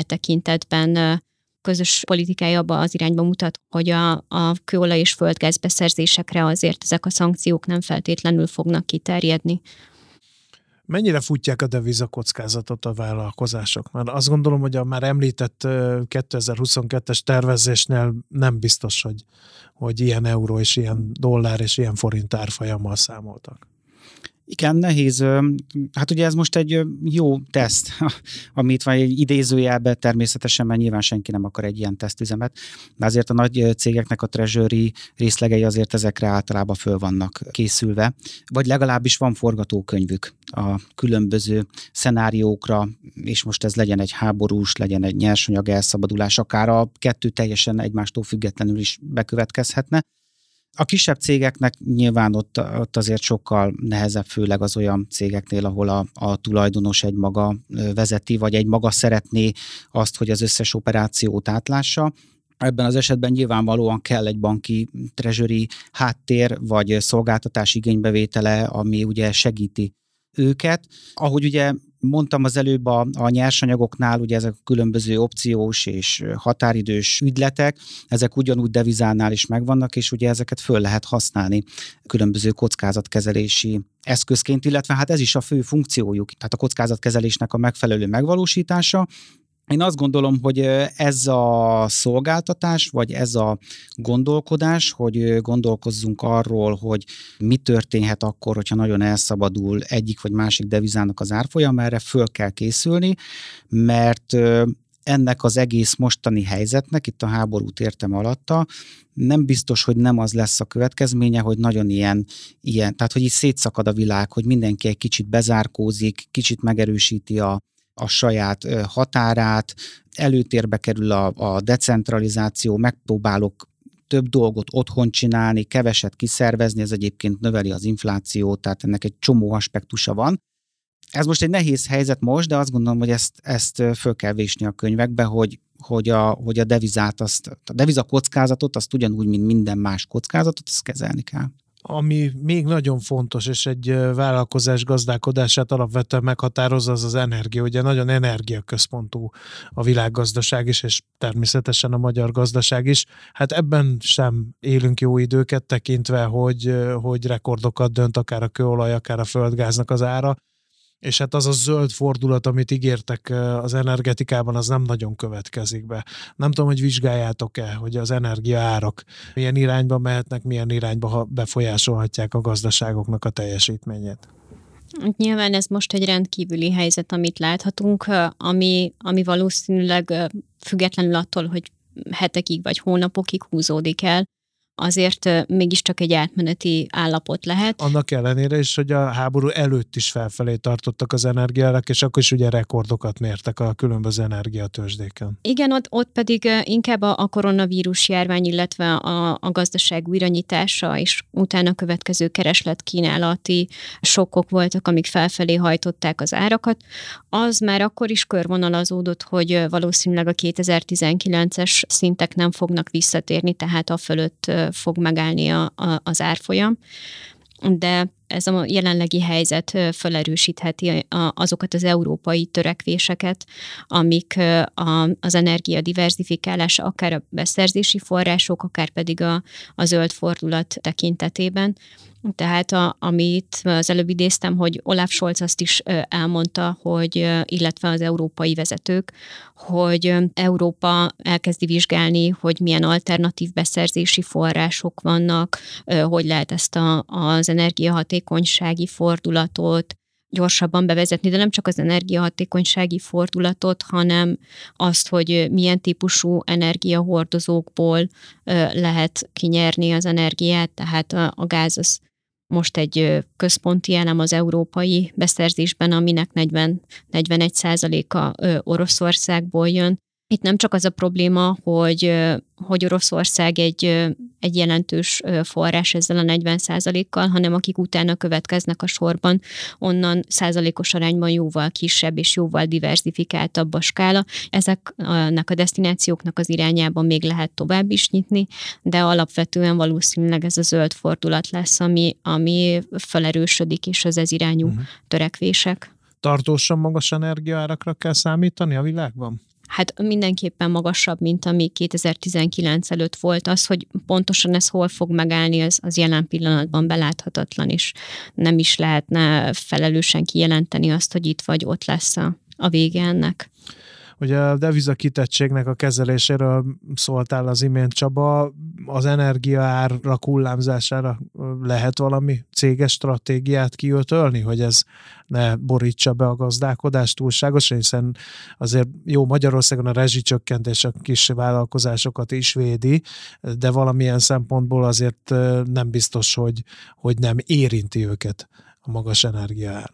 tekintetben közös politikája abba az irányba mutat, hogy a kőolaj és földgáz beszerzésekre azért ezek a szankciók nem feltétlenül fognak kiterjedni. Mennyire futják a devizakockázatot a vállalkozások? Mert azt gondolom, hogy a már említett 2022-es tervezésnél nem biztos, hogy ilyen euró és ilyen dollár és ilyen forint árfolyammal számoltak. Igen, nehéz. Hát ugye ez most egy jó teszt, amit van egy idézőjelben természetesen, mert nyilván senki nem akar egy ilyen tesztüzemet, de azért a nagy cégeknek a treasury részlegei azért ezekre általában föl vannak készülve, vagy legalábbis van forgatókönyvük a különböző szenáriókra, és most ez legyen egy háborús, legyen egy nyersanyag elszabadulás, akár a kettő teljesen egymástól függetlenül is bekövetkezhetne. A kisebb cégeknek nyilván ott azért sokkal nehezebb, főleg az olyan cégeknél, ahol a tulajdonos egymaga vezeti, vagy egymaga szeretné azt, hogy az összes operációt átlássa. Ebben az esetben nyilvánvalóan kell egy banki treasury háttér, vagy szolgáltatás igénybevétele, ami ugye segíti őket. Ahogy ugye mondtam az előbb a nyersanyagoknál, ugye ezek a különböző opciós és határidős ügyletek, ezek ugyanúgy devizánál is megvannak, és ugye ezeket föl lehet használni különböző kockázatkezelési eszközként, illetve hát ez is a fő funkciójuk, tehát a kockázatkezelésnek a megfelelő megvalósítása. Én azt gondolom, hogy ez a szolgáltatás, vagy ez a gondolkodás, hogy gondolkozzunk arról, hogy mi történhet akkor, hogyha nagyon elszabadul egyik vagy másik devizának az árfolyam, erre föl kell készülni, mert ennek az egész mostani helyzetnek, itt a háborút értem alatta, nem biztos, hogy nem az lesz a következménye, hogy nagyon ilyen, tehát hogy így szétszakad a világ, hogy mindenki egy kicsit bezárkózik, kicsit megerősíti a saját határát, előtérbe kerül a decentralizáció, megpróbálok több dolgot otthon csinálni, keveset kiszervezni, ez egyébként növeli az inflációt, tehát ennek egy csomó aspektusa van. Ez most egy nehéz helyzet most, de azt gondolom, hogy ezt föl kell vésni a könyvekbe, hogy a devizát, a devizakockázatot, azt ugyanúgy, mint minden más kockázatot, azt kezelni kell. Ami még nagyon fontos, és egy vállalkozás gazdálkodását alapvetően meghatározza, az energia. Ugye nagyon energiaközpontú a világgazdaság is, és természetesen a magyar gazdaság is. Hát ebben sem élünk jó időket tekintve, hogy rekordokat dönt akár a kőolaj, akár a földgáznak az ára. És hát az a zöld fordulat, amit ígértek az energetikában, az nem nagyon következik be. Nem tudom, hogy vizsgáljátok-e, hogy az energiaárak milyen irányba mehetnek, milyen irányba befolyásolhatják a gazdaságoknak a teljesítményét. Nyilván ez most egy rendkívüli helyzet, amit láthatunk, ami valószínűleg függetlenül attól, hogy hetekig vagy hónapokig húzódik el, azért mégiscsak egy átmeneti állapot lehet. Annak ellenére is, hogy a háború előtt is felfelé tartottak az energiárak, és akkor is ugye rekordokat mértek a különböző energiatőzsdéken. Igen, ott pedig inkább a koronavírus járvány, illetve a gazdaság újranyitása és utána következő kereslet-kínálati sokkok voltak, amik felfelé hajtották az árakat. Az már akkor is körvonalazódott, hogy valószínűleg a 2019-es szintek nem fognak visszatérni, tehát a fölött fog megállni az árfolyam, de ez a jelenlegi helyzet felerősítheti azokat az európai törekvéseket, amik az energia diverzifikálása, akár a beszerzési források, akár pedig a zöld fordulat tekintetében. Tehát amit az előbb idéztem, hogy Olaf Scholz azt is elmondta, illetve az európai vezetők, hogy Európa elkezdi vizsgálni, hogy milyen alternatív beszerzési források vannak, hogy lehet ezt az energiahatékonysági fordulatot gyorsabban bevezetni, de nem csak az energiahatékonysági fordulatot, hanem azt, hogy milyen típusú energiahordozókból lehet kinyerni az energiát, tehát a gáz az most egy központi elem az európai beszerzésben, aminek 41%-a Oroszországból jön. Itt nem csak az a probléma, hogy Oroszország egy jelentős forrás ezzel a 40%-kal, hanem akik utána következnek a sorban, onnan százalékos arányban jóval kisebb és jóval diverzifikáltabb a skála. Ezeknek a desztinációknak az irányában még lehet tovább is nyitni, de alapvetően valószínűleg ez a zöld fordulat lesz, ami felerősödik, és az ez irányú törekvések. Tartósan magas energiaárakra kell számítani a világban? Hát mindenképpen magasabb, mint ami 2019 előtt volt. Az, hogy pontosan ez hol fog megállni, az jelen pillanatban beláthatatlan, és nem is lehetne felelősen kijelenteni azt, hogy itt vagy ott lesz a vége ennek. Ugye a devizakitettségnek a kezeléséről szóltál az imént, Csaba, az energiaárak hullámzására lehet valami céges stratégiát kiötölni, hogy ez ne borítsa be a gazdálkodást túlságosan, hiszen azért jó, Magyarországon a rezsicsökkentés a kis vállalkozásokat is védi, de valamilyen szempontból azért nem biztos, hogy nem érinti őket a magas energiaár.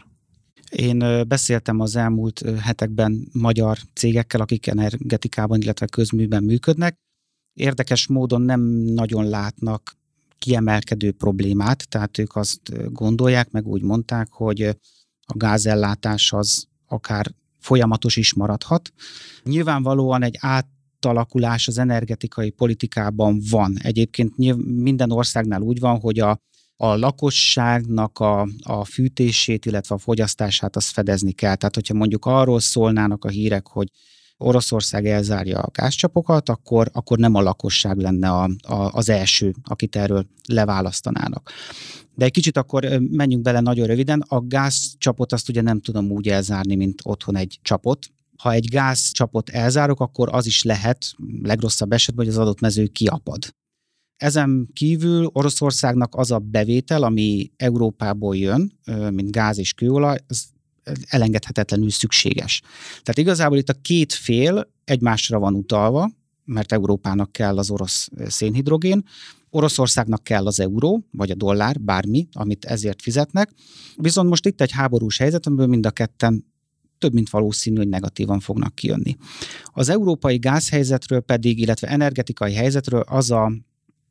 Én beszéltem az elmúlt hetekben magyar cégekkel, akik energetikában, illetve közműben működnek. Érdekes módon nem nagyon látnak kiemelkedő problémát, tehát ők azt gondolják, meg úgy mondták, hogy a gázellátás az akár folyamatos is maradhat. Nyilvánvalóan egy átalakulás az energetikai politikában van. Egyébként minden országnál úgy van, hogy a lakosságnak a fűtését, illetve a fogyasztását azt fedezni kell. Tehát, hogyha mondjuk arról szólnának a hírek, hogy Oroszország elzárja a gázcsapokat, akkor nem a lakosság lenne az első, akit erről leválasztanának. De egy kicsit akkor menjünk bele nagyon röviden. A gázcsapot azt ugye nem tudom úgy elzárni, mint otthon egy csapot. Ha egy gázcsapot elzárok, akkor az is lehet legrosszabb esetben, hogy az adott mező kiapad. Ezen kívül Oroszországnak az a bevétel, ami Európából jön, mint gáz és kőolaj, az elengedhetetlenül szükséges. Tehát igazából itt a két fél egymásra van utalva, mert Európának kell az orosz szénhidrogén, Oroszországnak kell az euró, vagy a dollár, bármi, amit ezért fizetnek. Viszont most itt egy háborús helyzet, amiből mind a ketten több mint valószínű, hogy negatívan fognak kijönni. Az európai gázhelyzetről pedig, illetve energetikai helyzetről az a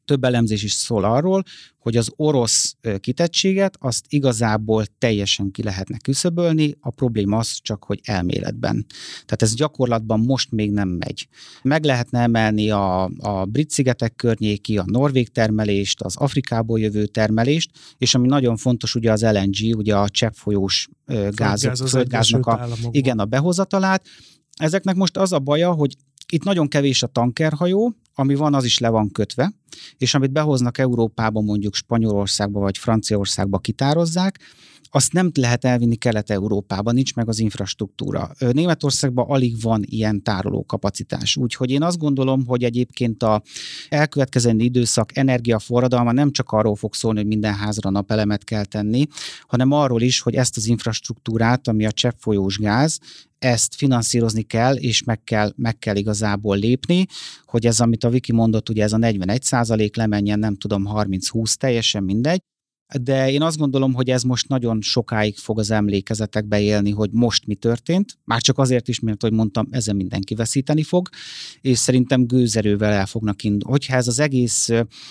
több elemzés is szól arról, hogy az orosz kitettséget azt igazából teljesen ki lehetne küszöbölni, a probléma az csak, hogy elméletben. Tehát ez gyakorlatban most még nem megy. Meg lehetne emelni a Brit-szigetek környéki, a norvég termelést, az Afrikából jövő termelést, és ami nagyon fontos, ugye az LNG, ugye a cseppfolyós földgáznak a behozatalát. Ezeknek most az a baja, hogy itt nagyon kevés a tankerhajó, ami van, az is le van kötve, és amit behoznak Európába, mondjuk Spanyolországba vagy Franciaországba kitározzák, azt nem lehet elvinni Kelet-Európába, nincs meg az infrastruktúra. Németországban alig van ilyen tárolókapacitás. Úgyhogy én azt gondolom, hogy egyébként a elkövetkezendő időszak energiaforradalma nem csak arról fog szólni, hogy minden házra napelemet kell tenni, hanem arról is, hogy ezt az infrastruktúrát, ami a cseppfolyós gáz, ezt finanszírozni kell, és meg kell igazából lépni, hogy ez, amit a Viki mondott, ugye ez a 41% lemenjen, nem tudom, 30-20, teljesen mindegy. De én azt gondolom, hogy ez most nagyon sokáig fog az emlékezetekbe élni, hogy most mi történt. Már csak azért is, mert, hogy mondtam, ezen mindenki veszíteni fog, és szerintem gőzerővel el fognak indulni. Hogyha ez az egész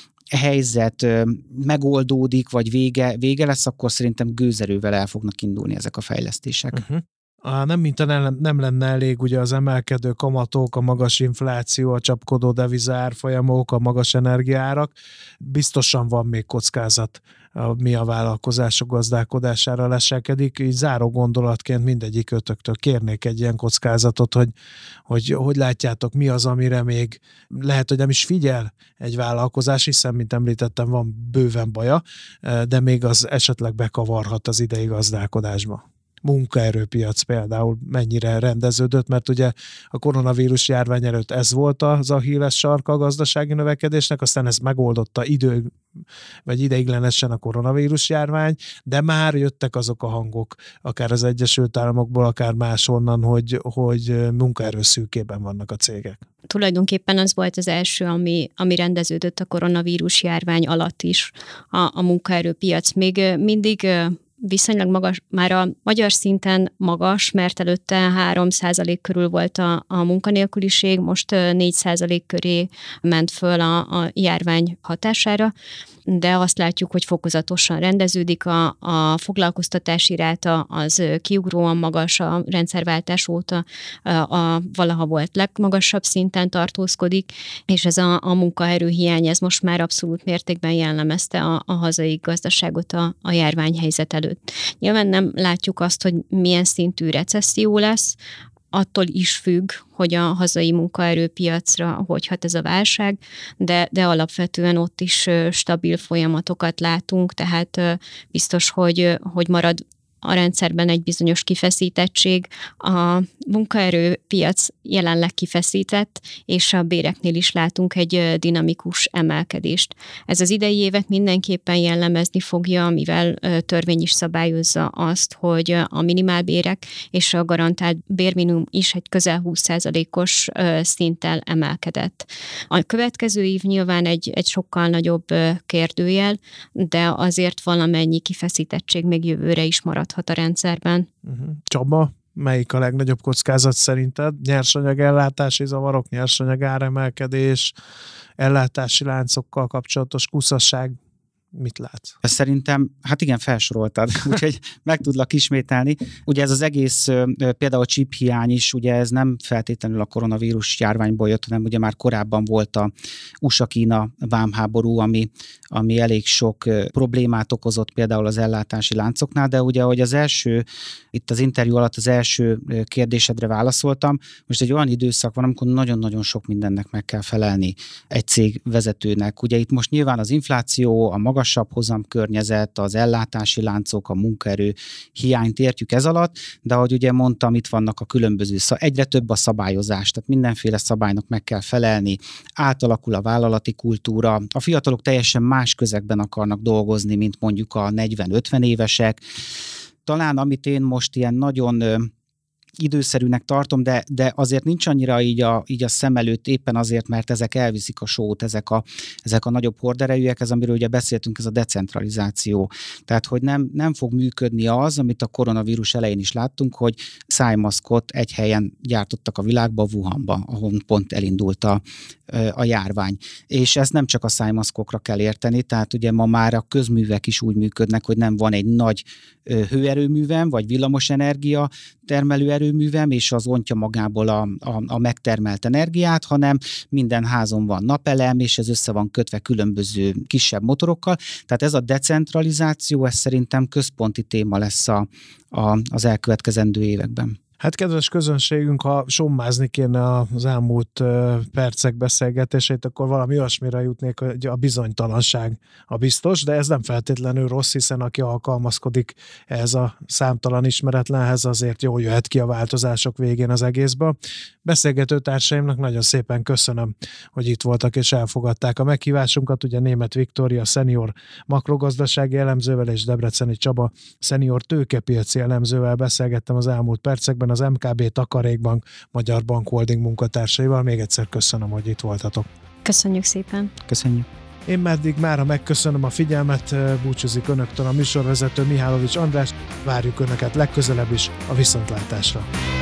helyzet megoldódik, vagy vége lesz, akkor szerintem gőzerővel el fognak indulni ezek a fejlesztések. Uh-huh. Nem nem lenne elég ugye az emelkedő kamatok, a magas infláció, a csapkodó devizárfolyamok, a magas energiaárak. Biztosan van még kockázat, mi a vállalkozások gazdálkodására leselkedik. Így záró gondolatként mindegyik ötöktől kérnék egy ilyen kockázatot, hogy látjátok, mi az, amire még lehet, hogy nem is figyel egy vállalkozás, hiszen, mint említettem, van bőven baja, de még az esetleg bekavarhat az idei gazdálkodásba. Munkaerőpiac például mennyire rendeződött, mert ugye a koronavírus járvány előtt ez volt az achilles sarka a gazdasági növekedésnek, aztán ez megoldotta ideiglenesen a koronavírus járvány, de már jöttek azok a hangok, akár az Egyesült Államokból, akár máshonnan, hogy munkaerőszűkében vannak a cégek. Tulajdonképpen az volt az első, ami rendeződött a koronavírus járvány alatt is a munkaerőpiac. Még mindig viszonylag magas, már a magyar szinten magas, mert előtte 3% körül volt a munkanélküliség, most 4% köré ment föl a járvány hatására, de azt látjuk, hogy fokozatosan rendeződik, a foglalkoztatási ráta az kiugróan magas a rendszerváltás óta, valaha volt legmagasabb szinten tartózkodik, és ez a munkaerőhiány, ez most már abszolút mértékben jellemezte a hazai gazdaságot a járványhelyzet előtt. Nyilván nem látjuk azt, hogy milyen szintű recesszió lesz, attól is függ, hogy a hazai munkaerőpiacra hogy hat ez a válság, de alapvetően ott is stabil folyamatokat látunk, tehát biztos, hogy marad a rendszerben egy bizonyos kifeszítettség. A munkaerőpiac jelenleg kifeszített, és a béreknél is látunk egy dinamikus emelkedést. Ez az idei évet mindenképpen jellemezni fogja, mivel törvény is szabályozza azt, hogy a minimálbérek és a garantált bérminimum is egy közel 20%-os szinttel emelkedett. A következő év nyilván egy sokkal nagyobb kérdőjel, de azért valamennyi kifeszítettség még jövőre is maradhat a rendszerben. Csaba, melyik a legnagyobb kockázat szerinted? Nyersanyagellátási zavarok, nyersanyagáremelkedés, ellátási láncokkal kapcsolatos kuszasság? Mit látsz? Szerintem, hát igen, felsoroltad, úgyhogy meg tudlak ismételni. Ugye ez az egész, például a chip hiány is, ugye ez nem feltétlenül a koronavírus járványból jött, hanem ugye már korábban volt a USA-Kína vámháború, ami elég sok problémát okozott például az ellátási láncoknál, de ugye, hogy az első, itt az interjú alatt az első kérdésedre válaszoltam, most egy olyan időszak van, amikor nagyon-nagyon sok mindennek meg kell felelni egy cég vezetőnek. Ugye itt most nyilván az infláció, a magasabb hozamkörnyezet, az ellátási láncok, a munkaerő hiányt értjük ez alatt, de ahogy ugye mondtam, itt vannak a különböző, egyre több a szabályozás, tehát mindenféle szabálynak meg kell felelni, átalakul a vállalati kultúra, a fiatalok teljesen más közegben akarnak dolgozni, mint mondjuk a 40-50 évesek. Talán amit én most ilyen nagyon időszerűnek tartom, de azért nincs annyira így a szem előtt, éppen azért, mert ezek elviszik a sót, ezek a nagyobb horderejűek, ez amiről ugye beszéltünk, ez a decentralizáció. Tehát, hogy nem fog működni az, amit a koronavírus elején is láttunk, hogy szájmaszkot egy helyen gyártottak a világba, Wuhanba, ahol pont elindult a járvány. És ez nem csak a szájmaszkokra kell érteni, tehát ugye ma már a közművek is úgy működnek, hogy nem van egy nagy hőerőművem, vagy villamosenergia termelő erőművem, és az ontja magából a megtermelt energiát, hanem minden házon van napelem, és ez össze van kötve különböző kisebb motorokkal. Tehát ez a decentralizáció, ez szerintem központi téma lesz az elkövetkezendő években. Hát kedves közönségünk, ha sommázni kéne az elmúlt percek beszélgetését, akkor valami olyasmire jutnék, hogy a bizonytalanság a biztos, de ez nem feltétlenül rossz, hiszen aki alkalmazkodik ehhez a számtalan ismeretlenhez, azért jól jöhet ki a változások végén az egészből. Beszélgető társaimnak nagyon szépen köszönöm, hogy itt voltak és elfogadták a meghívásunkat. Ugye Németh Viktória szenior makrogazdasági elemzővel és Debreceni Csaba szenior tőkepiaci elemzővel beszélgettem az elmúlt percekben, az MKB Takarékbank Magyar Bank Holding munkatársaival. Még egyszer köszönöm, hogy itt voltatok. Köszönjük szépen. Köszönjük. Én meddig mára megköszönöm a figyelmet, búcsúzik önöktől a műsorvezető Mihálovics András. Várjuk önöket legközelebb is a viszontlátásra.